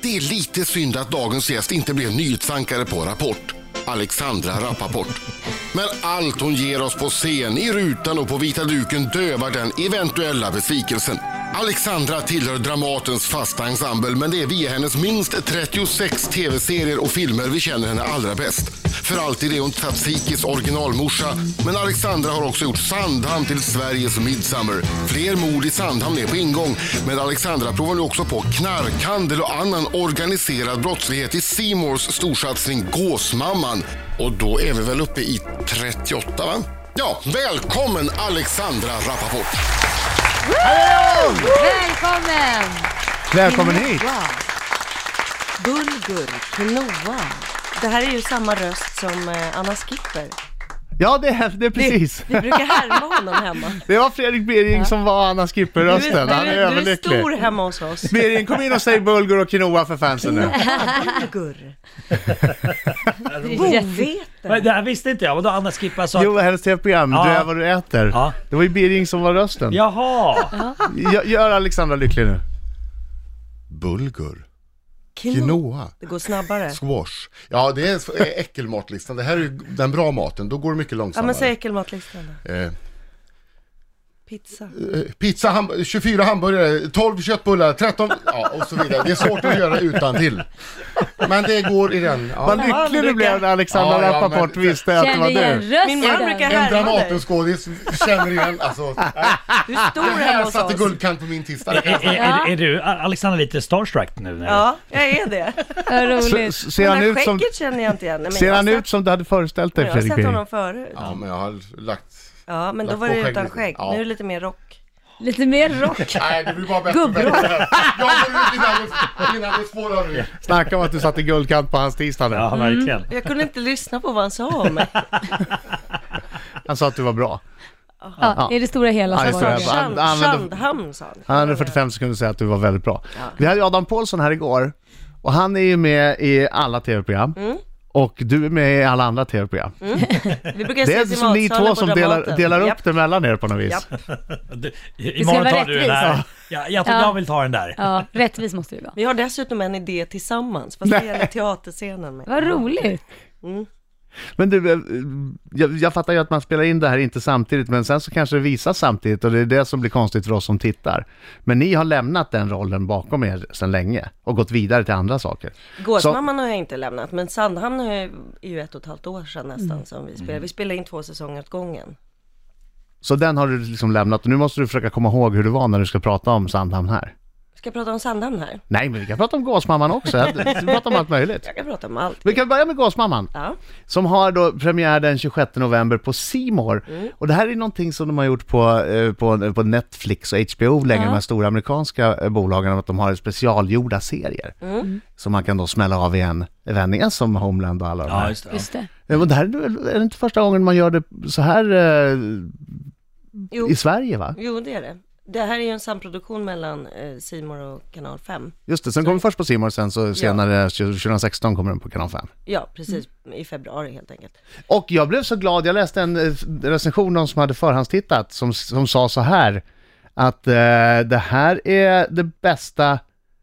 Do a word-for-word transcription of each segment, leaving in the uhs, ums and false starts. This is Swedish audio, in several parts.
Det är lite synd att dagens gäst inte blev nyhetsankare på Rapport, Alexandra Rappaport. Men allt hon ger oss på scen, i rutan och på vita duken dövar den eventuella besvikelsen. Alexandra tillhör Dramatens fasta ensemble, men det är via hennes minst trettiosex tv-serier och filmer vi känner henne allra bäst. För alltid är hon Tsatzikis originalmorsa, men Alexandra har också gjort Sandhamn till Sveriges Midsummer. Fler mord i Sandhamn är på ingång, men Alexandra provar nu också på knarkhandel och annan organiserad brottslighet i C Mores storsatsning Gåsmamman. Och då är vi väl uppe i trettioåtta, va? Ja, välkommen Alexandra Rappaport! Välkommen! Välkommen hit! Bulgur, quinoa. Det här är ju samma röst som eh, Anna Skipper. Ja, det är, det är precis. Vi, vi brukar härma honom hemma. Det var Fredrik Bering ja. som var Anna Skipper-rösten. Du, Han är du, överlycklig. Du är stor hemma hos oss. Bering, kom in och säg bulgur och quinoa för fansen nu. Bulgur. Bovete. Det här visste inte jag. Och då Anna Skipper sa... Jo, hennes tv-program. Ja. Du är vad du äter. Ja. Det var ju Bering som var rösten. Jaha. Gör, gör Alexandra lycklig nu. Bulgur. Quinoa. Det går snabbare. Squash. Ja, det är äckelmatlistan. Det här är ju den bra maten. Då går det mycket Ja, långsammare. men säg äckelmatlistan då. Eh, Pizza. eh, pizza, ham- tjugofyra hamburgare, tolv köttbullar, tretton... Ja, och så vidare. Det är svårt att göra utan till. Men det går i den. Ja. Vad lycklig du blev när Alexandra Ja, ja, Rappaport men- visste att det var Känner igen du. rösten. Min man brukar En härma dig. Dramatenskådis känner igen. Alltså, Du är stor det hemma här hos satte oss. guldkant på min tista. Är, är, är, är du, Alexandra, lite starstruck nu? När Ja, jag är det. Vad roligt. S- Ser Men han det här ut som, skägget känner jag inte igen. Nej, men ser jag han har ut som du hade föreställt dig, sett, jag har Fredrik sett Bering? honom förut. Ja, men jag har lagt... Ja, men då Lagt var på det skägg utan lite. skägg. Ja. Nu är det lite mer rock. Lite mer rock. Nej, det blir bara bättre. Gubbrock. bättre. Jag går ut innan det, innan det spårar ur. Snacka om att du satte guldkant på hans tisdag nu. Ja, verkligen. Jag kunde inte lyssna på vad han sa om mig. Han sa att du var bra. Ja, i det stora hela Ja, så det var är det. så. Sand, Han använde- Sandhamn sa han. Han hade fyrtiofem sekunder säga att du var väldigt bra. Ja. Vi hade Adam Paulsson här igår. Och han är ju med i alla tv-program. Mm. Och du är med i alla andra tv-program. Vi brukar Det är ses i som ni matsalen två på som delar, Dramaten. delar upp Japp. det mellan er på något vis. Japp. Du, ska imorgon vara tar du den här. rättvist. Ja, jag tror Ja. jag vill ta den där. Ja, rättvis måste det vara. Vi har dessutom en idé tillsammans, fast det gäller teaterscenen med. Vad roligt. Mm. Men du, eh, jag, jag fattar ju att man spelar in det här inte samtidigt, men sen så kanske det visas samtidigt och det är det som blir konstigt för oss som tittar. Men ni har lämnat den rollen bakom er sedan länge och gått vidare till andra saker. Gåsmamman har jag inte lämnat, men Sandhamn är ju- är ju ett och ett halvt år sedan nästan Mm. som vi spelar. Vi spelar in två säsonger åt gången. Så den har du liksom lämnat och nu måste du försöka komma ihåg hur det var när du ska prata om Sandhamn här. Ska jag prata om Sandhamn här? Nej, men vi kan prata om Gåsmamman också. Vi kan prata om allt möjligt. Jag kan prata om allt. Vi kan börja med Gåsmamman. Ja. Som har då premiär den tjugosjätte november på C More. Mm. Och det här är någonting som de har gjort på, eh, på, på Netflix och H B O länge, Ja. de här stora amerikanska eh, bolagen, att de har specialgjorda serier. Mm. Som man kan då smälla av i en vändning, som Homeland och alla de Ja, här. just det. Just det. Eh, Och det här är är det inte första gången man gör det så här eh, Jo. i Sverige, va? jo, det är det. Det här är ju en samproduktion mellan eh, C More och Kanal fem. Just det, sen kommer först på C More, sen så senare tjugohundrasexton kommer den på Kanal fem. Ja, precis. I februari helt enkelt. Och jag blev så glad, jag läste en eh, recension någon som hade förhandstittat som, som sa så här att eh, det här är det bästa,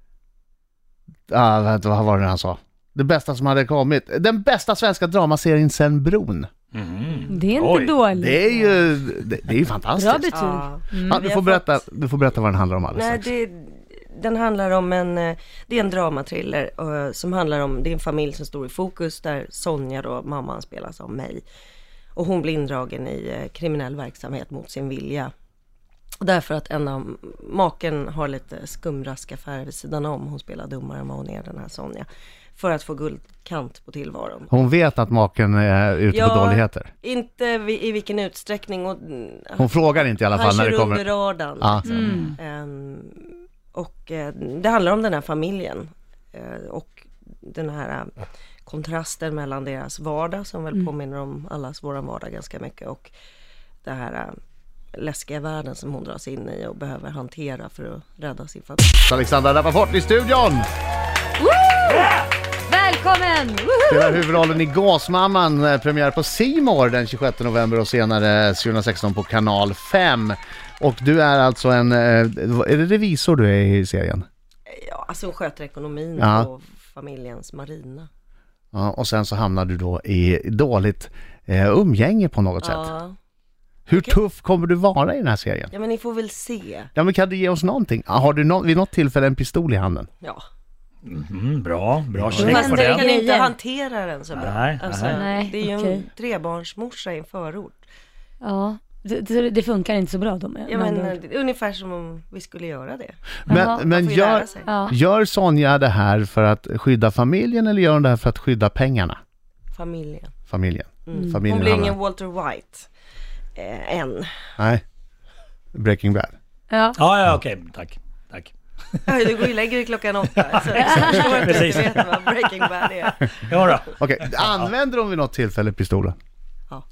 ah, vänta, vad var det han sa? Det bästa som hade kommit, den bästa svenska dramaserien sen Bron. Mm. Det är inte Oj. dåligt. Det är ju, det, det är ju fantastiskt. Bra betyg. Ja. Ja, du, Vi får har berätta, fått- du får berätta vad den handlar om alldeles Nej, strax. det, den handlar om en, eh, det är en dramatriller eh, som handlar om, det är en familj som står i fokus där Sonja då, mamman spelas av mig. Och hon blir indragen i eh, kriminell verksamhet mot sin vilja. Därför att en av maken har lite skumraskaffärer vid sidan om. Hon spelar dummare än vad hon är, den här Sonja. För att få guldkant på tillvaron. Hon vet att maken är ute på dåligheter. Inte vi, i vilken utsträckning. Och, Hon frågar inte i alla fall han när det kör kommer. under radarn. Ja. Liksom. Ehm, och eh, det handlar om den här familjen. Eh, och den här eh, kontrasten mellan deras vardag, som väl påminner om allas våran vardag ganska mycket. Och det här eh, läskiga världen som hon dras in i och behöver hantera för att rädda sin familj. Alexandra Rappaport i studion! Välkommen! Woohoo! Spelar huvudrollen i Gåsmamman, eh, premiär på C More den tjugosjätte november och senare tjugohundrasexton på Kanal fem. Och du är alltså en, eh, är det revisor du är i serien? Ja, alltså hon sköter ekonomin Ja. på familjens marina. Ja, och sen så hamnar du då i dåligt eh, umgänge på något sätt. Ja. Hur tuff kommer du vara i den här serien? ja, men ni får väl se. Ja, men kan du ge oss någonting? Har du nå- vid något tillfälle en pistol i handen? Ja. Mm, bra, bra Fast check på det Jag den. kan inte Grejer. hantera den så bra. Nej, alltså, nej. Nej, det är ju okej. en trebarnsmorsa i en förort. Ja, det, det, det funkar inte så bra då med, Ja, med men, andra ord. det är ungefär som om vi skulle göra det. Men, Jaha, men Man får ju gör, lära sig. Ja. gör Sonja det här för att skydda familjen eller gör hon det här för att skydda pengarna? Familjen. Familjen. Mm. Familjen Hon blir hamnar- ingen Walter White. Eh, än. Nej. Breaking Bad. Ja. Ja, ja, okej, tack. Tack. Oj, du går ju lägger dig klockan åtta. Så jag förstår att du Precis. inte vet vad Breaking Bad är. Ja då. Okej, använder hon vid något tillfälle pistolen? Ja.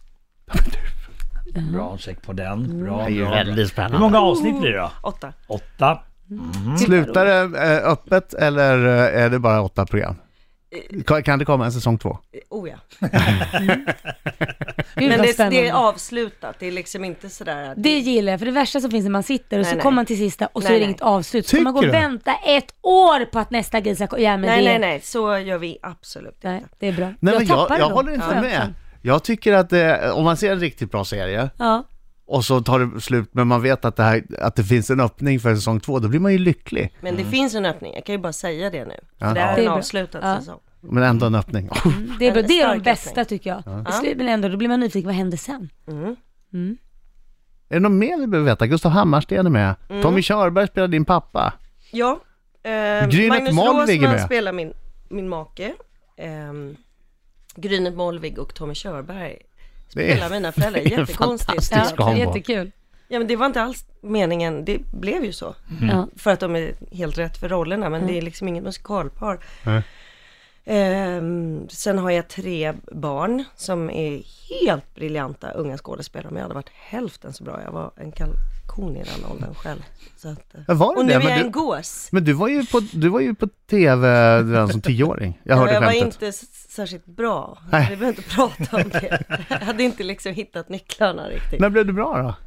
Bra check på den. Bra, Det är ju bra, väldigt bra. spännande. Hur många avsnitt blir det då? Åtta. Åtta. Slutar det eh, öppet eller eh, är det bara åtta program? Kan, kan det komma en säsong två? Eh, Oh ja. Gud, Men vad det, spännande. det är avslutat. Det är liksom inte sådär. Att Det gillar jag, för det värsta som finns är man sitter och Nej, så nej. kommer man till sista och så Nej, är det nej. inget avslut. Så ska man gå Tycker och du? vänta ett år på att nästa grej ska komma. Ja, men nej, det, nej, nej. Så gör vi absolut nej, inte. det är bra. Nej, men jag, tappar jag det då. håller inte Ja. med. Jag tycker att det, om man ser en riktigt bra serie Ja. och så tar det slut men man vet att det, här, att det finns en öppning för säsong två, då blir man ju lycklig. Men det finns en öppning. Jag kan ju bara säga det nu. Ja. För det är Det är en bra. avslutad Ja. säsong. Men ändå en öppning. Mm, det är bra. En Det är de stark bästa öppning. tycker jag. Ja. I slut, men ändå, då blir man nyfiken, vad händer sen? Mm. Är det något mer vi behöver veta? Gustav Hammarsten är med. Mm. Tommy Körberg spelar din pappa. Ja. Eh, Grynet Magnus Molvig är Råsman med. spelar min, min make. Eh, Grynet Molvig och Tommy Körberg Det är- spelar mina föräldrar. det är en Jättekonstigt. fantastisk Ja, kombo. jättekul. Ja, men det var inte alls meningen. Det blev ju så. Ja. För att de är helt rätt för rollerna. Men det är liksom inget musikalpar. Nej. Ehm, sen har jag tre barn som är helt briljanta unga skådespelare. Men jag hade varit hälften så bra. Jag var en kalkon i den åldern själv. Så att, eh. Ja, var det och nu det? är Men jag du- en gås. Men du var ju på, du var ju på tv redan som tioåring. Jag hörde jag var skämtet. inte s- särskilt bra. Nej. Vi behöver inte prata om det. Jag hade inte liksom hittat nycklarna riktigt. När blev du bra då?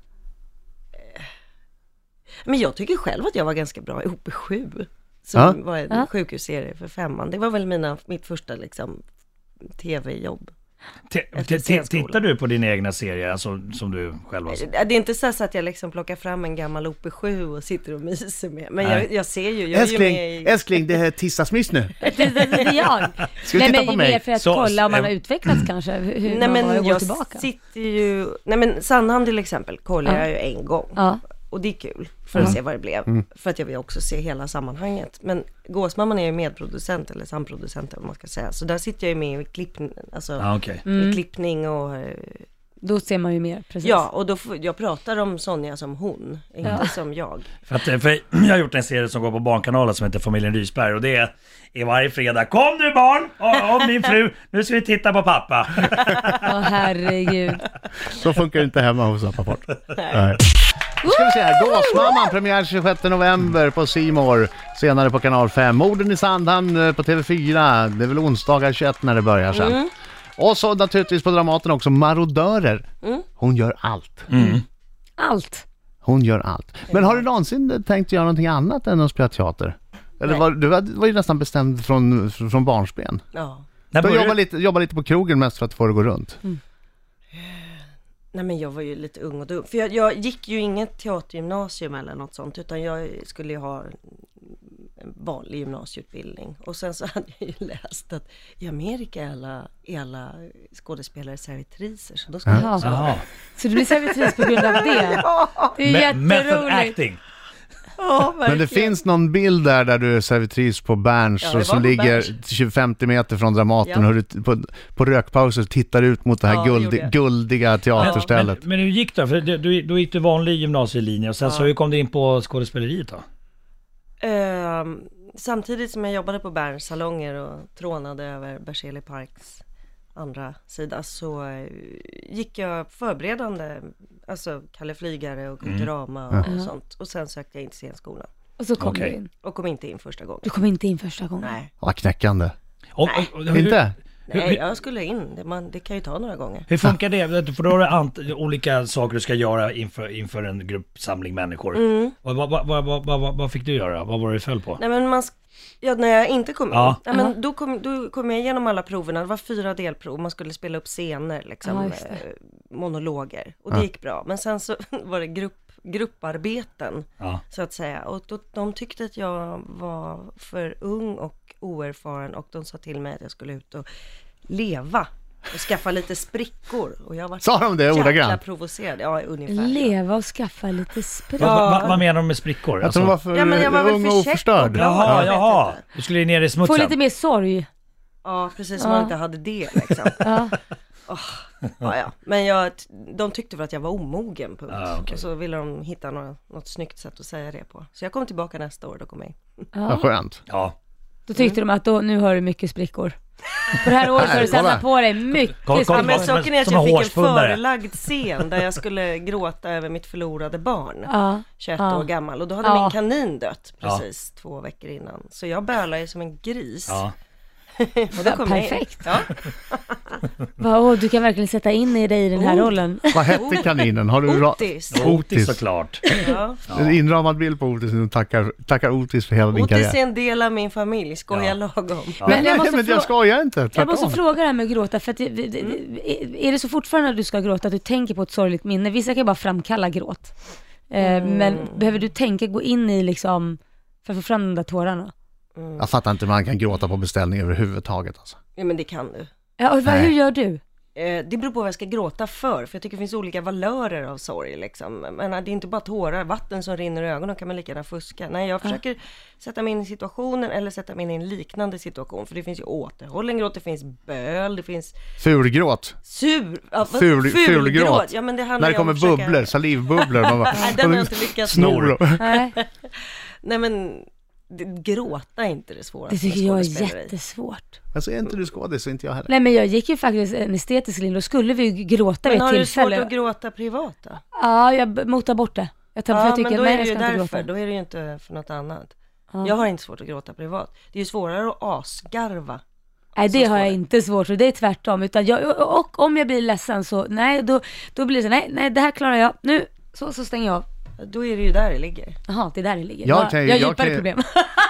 Men jag tycker själv att jag var ganska bra i O P sju. Som Ja. var en Ja. sjukhusserie för femman. Det var väl mina, mitt första liksom tv-jobb. T- Efter t- t- scenskolan. Tittar du på dina egna serier, alltså, som du själv har sett? Det är inte så att jag liksom plockar fram en gammal O P sju och sitter och myser med. Men Nej. jag, jag ser ju, jag är ju Älskling, med i... älskling, det är tisdagsmys nu. Det, det, det är jag. Ska du Nej, titta men på mer mig? för att Så- kolla om man eh, har utvecklats kanske. Hur Nej man men har gått jag tillbaka. sitter ju... Nej men Sandhamn till exempel kollar Ja. jag ju en gång. Ja. Och det är kul för att se vad det blev. För att jag vill också se hela sammanhanget. Men Gåsmamman är ju medproducent eller samproducent eller vad man ska säga. Så där sitter jag ju med i klippning, alltså, Ja, okej. i klippning och... eh, Då ser man ju mer, precis. Ja, och då får, jag pratar om Sonja som hon, inte Ja. som jag. För att, eh, för jag har gjort en serie som går på Barnkanalen som heter Familjen Rysberg och det är, är varje fredag. Kom nu barn! Och, och min fru, nu ska vi titta på pappa. Åh herregud. Så funkar det inte hemma hos Rappaport. Nej. Nu ska vi se här. Gåsmamman, premiär tjugosjätte november på C More. Senare på kanal fem. Morden i Sandhamn eh, på T V fyra. Det är väl onsdagar tjugoett när det börjar sen. Mm. Och så naturligtvis på Dramaten också Marodörer. Mm. Hon gör allt. Allt. Hon gör allt. Men har du någonsin tänkt göra någonting annat än att spela teater? Eller Nej. var, du var, var ju nästan bestämd från, från barnsben. Ja. När Du började jobbar du? lite, jobbar lite på krogen mest för att få det att gå runt. Nej men jag var ju lite ung och dum. För jag, jag gick ju inget teatergymnasium eller något sånt. Utan jag skulle ju ha en vanlig gymnasieutbildning. Och sen så hade jag ju läst att i Amerika är alla, är alla skådespelare servitriser. Så då ska jag också Jaha. Så du blir servitris på grund av det? Det är Me- method jätteroligt. acting. Ja, Men det verkligen. finns någon bild där där du är servitris på Berns Ja, och det var som på ligger Berns. tjugo femtio meter från Dramaten Ja. och du på, på rökpauser tittar ut mot det här Ja, det guld, gjorde jag. guldiga teaterstället. Men, men hur gick det? För du, du, då gick du vanlig gymnasielinje och sen så hur kom du in på skådespeleriet då? Ehm, samtidigt som jag jobbade på Berns salonger och trånade över Berzelii Parks andra sida så eh, gick jag förberedande, alltså Kalle Flygare och Kulturama och, och sånt. Och sen sökte jag in till scenskolan Och så kom Okej. du in. och kom inte in första gången. Du kom inte in första gången. Nej. Vad knäckande. Och, och, och, hur, Inte? Nej, jag skulle in. Det, man, det kan ju ta några gånger. Hur funkar det? För då har du ant- olika saker du ska göra inför, inför en gruppsamling människor. Mm. Vad, vad, vad, vad, vad, vad, vad fick du göra? Vad var det föll på? Nej, men man... Ja, när jag inte kom in. Ja. Ja, men då, kom, då kom jag igenom alla proverna. Det var fyra delprov. Man skulle spela upp scener, liksom, Ja, eh, just det. monologer. Och det Ja. gick bra. Men sen så var det grupp, grupparbeten, Ja. så att säga. Och då, de tyckte att jag var för ung och oerfaren. Och de sa till mig att jag skulle ut och leva. Och skaffa lite sprickor. Och jag var Sa de det jäkla ordagrant? provocerad. Ja, ungefär. Leva och skaffa lite sprit. Vad, Ja. vad, vad menar de med sprickor? Att de var för Ja, men jag var väl ung för och check oförstörd. och glad. Jaha, Jag vet jaha. inte. Du skulle ner i smutsen. Få lite mer sorg. Ja, precis, Ja. som man inte hade det liksom. Ja. Ja, ja. Men jag, de tyckte väl att jag var omogen, punkt. Ah, okej. Och så ville de hitta några, något snyggt sätt att säga det på. Så jag kommer tillbaka nästa år, då kommer jag in. Vad Ja. skönt. Ja. Då tyckte de att då, nu har du mycket sprickor. På det här året har du Nej, kolla. samlat på dig mycket Kom- kom- Ja, sprickor. men som en- saken är att som jag en fick en hårsfundare. förelagd scen där jag skulle gråta över mitt förlorade barn. Ja. tjugoett Ja. år gammal. Och då hade Ja. min kanin dött Ja. precis två veckor innan. Så jag bölade ju som en gris. Ja. Och då kom jag in. Perfekt. Ja. Va, åh, du kan verkligen sätta in i dig i den här Oh. rollen. Vad hette kaninen? Har du ra- Otis. Otis såklart. Ja. en inramad bild på Otis? Nu tackar, tackar Otis för hela din Otis karriär. är en del av min familj, skoja Ja. lagom. Ja. Men jag måste men jag frå- skojar inte, Jag måste tvärtom. fråga det här med att gråta, för att det, det, det, är det så fortfarande att du ska gråta att du tänker på ett sorgligt minne? Vissa kan ju bara framkalla gråt. Eh, Men behöver du tänka, gå in i liksom, för att få fram de där tårarna? Jag fattar inte hur man kan gråta på beställning överhuvudtaget alltså. Ja, men det kan du. Ja, och vad, Nej. hur gör du? Eh, det beror på vad jag ska gråta för, för jag tycker det finns olika valörer av sorg liksom. Men det är inte bara tårar, vatten som rinner i ögonen kan man lika gärna fuska. Nej, jag försöker sätta mig in i situationen eller sätta mig in i en liknande situation. För det finns ju återhållen gråt, det finns böl, det finns Fulgråt. sur... Ja, vad- Ful, fulgråt. Ja, men det handlar När det ju om kommer att försöka- bubblor, salivbubblor. Man bara, Nej, den har jag inte lyckats snor. Nej, Nej, men det, gråta är inte det svåraste. det tycker jag är skådespeleri. jättesvårt. Alltså är inte du skådis så inte jag heller. Nej, men jag gick ju faktiskt en estetisk linje, då skulle vi ju gråta vid Men ett har du svårt tillfälle. att gråta privat då? Ja, jag b- motar bort det. Jag tar, för Ja, jag tycker, men då nej, är det jag ju ska inte därför. gråta. Då är det ju inte för något annat. Ja. Jag har inte svårt att gråta privat. Det är ju svårare att asgarva. Nej, det som har jag skådis. inte svårt för, det är tvärtom. Utan jag, och om jag blir ledsen så, nej, då, då blir det så, nej, nej, det här klarar jag. Nu, så, så stänger jag av. Då är det ju där det ligger. Jaha, det är där det ligger. Jag Jag, kan ju- jag har jag djupare kan ju- problem.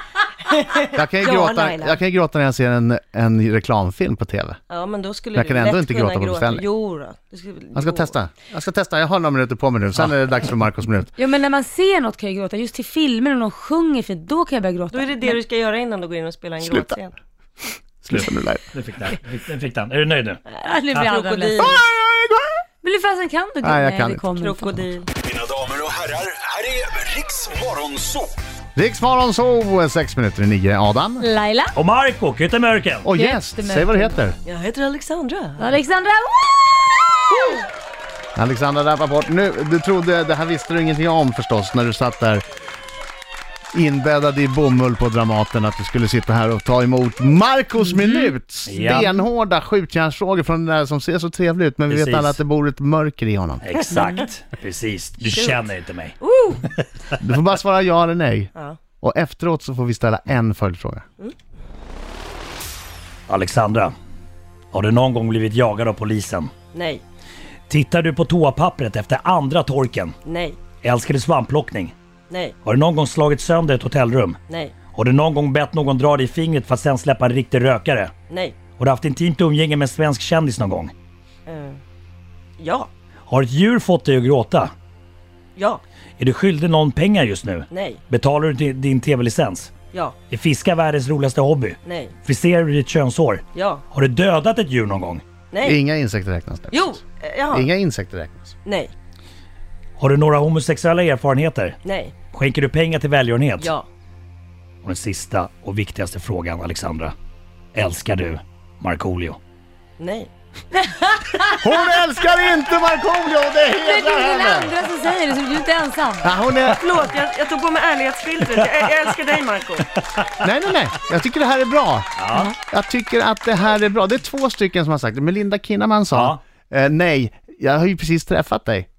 Jag kan ju Ja, gråta, Laila. jag kan ju gråta när jag ser en, en reklamfilm på tv. Ja, men då skulle Jag du kan ändå lätt inte kunna gråta på beställning. Jo då. Du skulle, Jag ska jo. testa. Jag ska testa. Jag har några minuter på mig nu. Sen är det dags för Marcos minut. Jo, men när man ser något kan jag gråta. Just till filmer och någon sjunger fint, då kan jag börja gråta. Då är det det du ska göra innan du går in och spelar en Sluta. gråtscen. Sluta nu, Laila. Du fick den. Du fick den. Är du nöjd nu? Ja, nu blir andra Krokodil. ledsen. Men hur fasen kan du? Nej, jag kan det inte. kommer Krokodil. Mina damer och herrar, här är Riks Morgonzoo! Riksmorgon så sex minuter i nio. Adam. Laila. Och Marco, Kyttemörken. Och gäst. Jättemärkligt. Säg vad du heter. Jag heter Alexandra. Alexandra. Alexandra Rappaport. Nu, du trodde, det här visste du ingenting om förstås när du satt där inbäddad i bomull på Dramaten, att du skulle sitta här och ta emot Marcos minut. Ja. Stenhårda skjutjärnsfrågor från den där som ser så trevlig ut, men vi vet Precis. alla att det bor ett mörker i honom. Exakt, precis. Du känner inte mig. Du får bara svara ja eller nej. Ja. Och efteråt så får vi ställa en följdfråga. Alexandra, har du någon gång blivit jagad av polisen? Nej. Tittar du på toapappret efter andra torken? Nej. Älskar du svampplockning? Nej. Har du någon gång slagit sönder ett hotellrum? Nej. Har du någon gång bett någon dra dig i fingret för att sen släppa en riktig rökare? Nej. Har du haft intimt umgänge med en svensk kändis någon gång? Eh, ja. Har ett djur fått dig att gråta? Ja. Är du skyldig någon pengar just nu? Nej. Betalar du din- din tv-licens? Ja. Är fiska världens roligaste hobby? Nej. Friserar du ditt könshår? Ja. Har du dödat ett djur någon gång? Nej. Inga insekter räknas. Där. Jo. eh, Jaha. Inga insekter räknas. Nej. Har du några homosexuella erfarenheter? Nej. Skänker du pengar till välgörenhet? Ja. Och den sista och viktigaste frågan, Alexandra. Älskar du Markoolio? Nej. Hon älskar inte Markoolio, det Men det hedrar är ingen henne! andra som säger det, så du är inte ensam. Ja, hon är... Förlåt, jag, jag tog på mig ärlighetsfiltret. Jag, jag älskar dig, Marco. Nej, nej, nej. Jag tycker det här är bra. Ja. Jag tycker att det här är bra. Det är två stycken som har sagt det. Melinda Kinnaman sa, eh, nej, jag har ju precis träffat dig.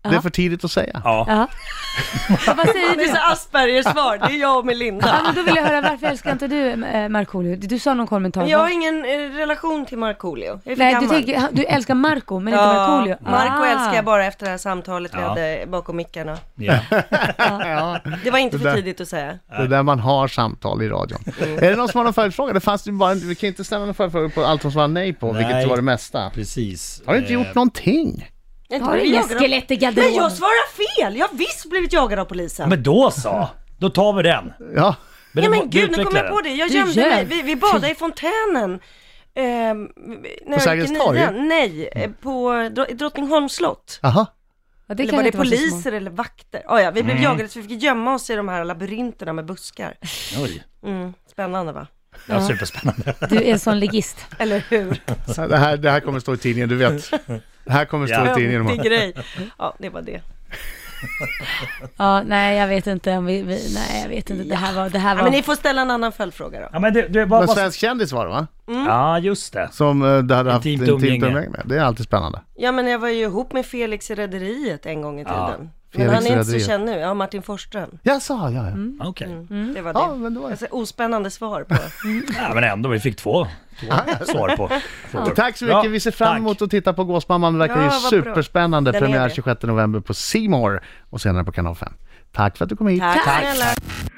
Det är för tidigt att säga. Ja. Ja. Och vad säger Det är du? så Aspergers svar, det är jag och Melinda. Ja, men då vill jag höra, varför älskar inte du äh, Markoolio? Du sa någon kommentar. Men jag har ingen eh, relation till Markoolio. Jag är för Nej, du, gammal. tänker, du älskar Marco men inte Ja, Markoolio. Marco Ah. älskar jag bara efter det här samtalet vi Ja. hade bakom mickarna. Ja. Ja, Det var inte Det för där- tidigt att säga. det är där man har samtal i radion. Är det någon som har någon följdfråga? Det fanns ju bara, vi kan inte ställa någon följdfråga på allt som svarar nej på, vilket Nej. var det mesta. Precis. Har du inte Eh, gjort någonting? Jag Har du blivit inga jagad av- skelett i Men garderoben? jag svarar fel! Jag har visst blivit jagad av polisen. Men då så, då tar vi den. Ja, Men ja du- men du gud, nu kom utvecklar jag på den. det. Jag Du gömde ljög. mig. Vi, vi badade i fontänen. Eh, när jag Sergels gick i torg? nian. Nej, eh, på Dro- Drottningholms slott. aha. Ja, det Eller kan var det inte vara så smart. poliser eller vakter? Oh, ja, vi blev Mm. jagade så vi fick gömma oss i de här labyrinterna med buskar. Oj, Mm, spännande va? ja, Ja. superspännande. Du är en sån ligist. Eller hur? Så Det här, det här kommer stå i tidningen, du vet. Det här kommer stå Ja. i tidningen. Ömtig grej. Ja, det var det. Ja, nej jag vet inte om vi, vi nej jag vet inte. Det här var, det här Ja, var... men ni får ställa en annan följdfråga då. Ja, men du, du, vad, Men vad, svensk kändis var det, va? ja, just det. Som uh, du hade haft Intimt intimt umgänge. umgänge med. Det är alltid spännande. Ja, men jag var ju ihop med Felix i Rederiet en gång i Ja, tiden. Men Felix han i är inte så Rederiet. känd nu. Ja, Martin Forsström. Jag sa, ja, ja. Okej. Det var det. Ja, men då är Alltså, ospännande svar på. Ja, men ändå, vi fick två, två svar på frågor. Tack så Bra, mycket, vi ser fram tack. emot att titta på Gåsmamman. Det verkar Ja, ju vad bra. superspännande. Den är Premiär det. tjugosjätte november på C More och senare på kanal fem. Tack för att du kom hit. Tack Tack. snälla.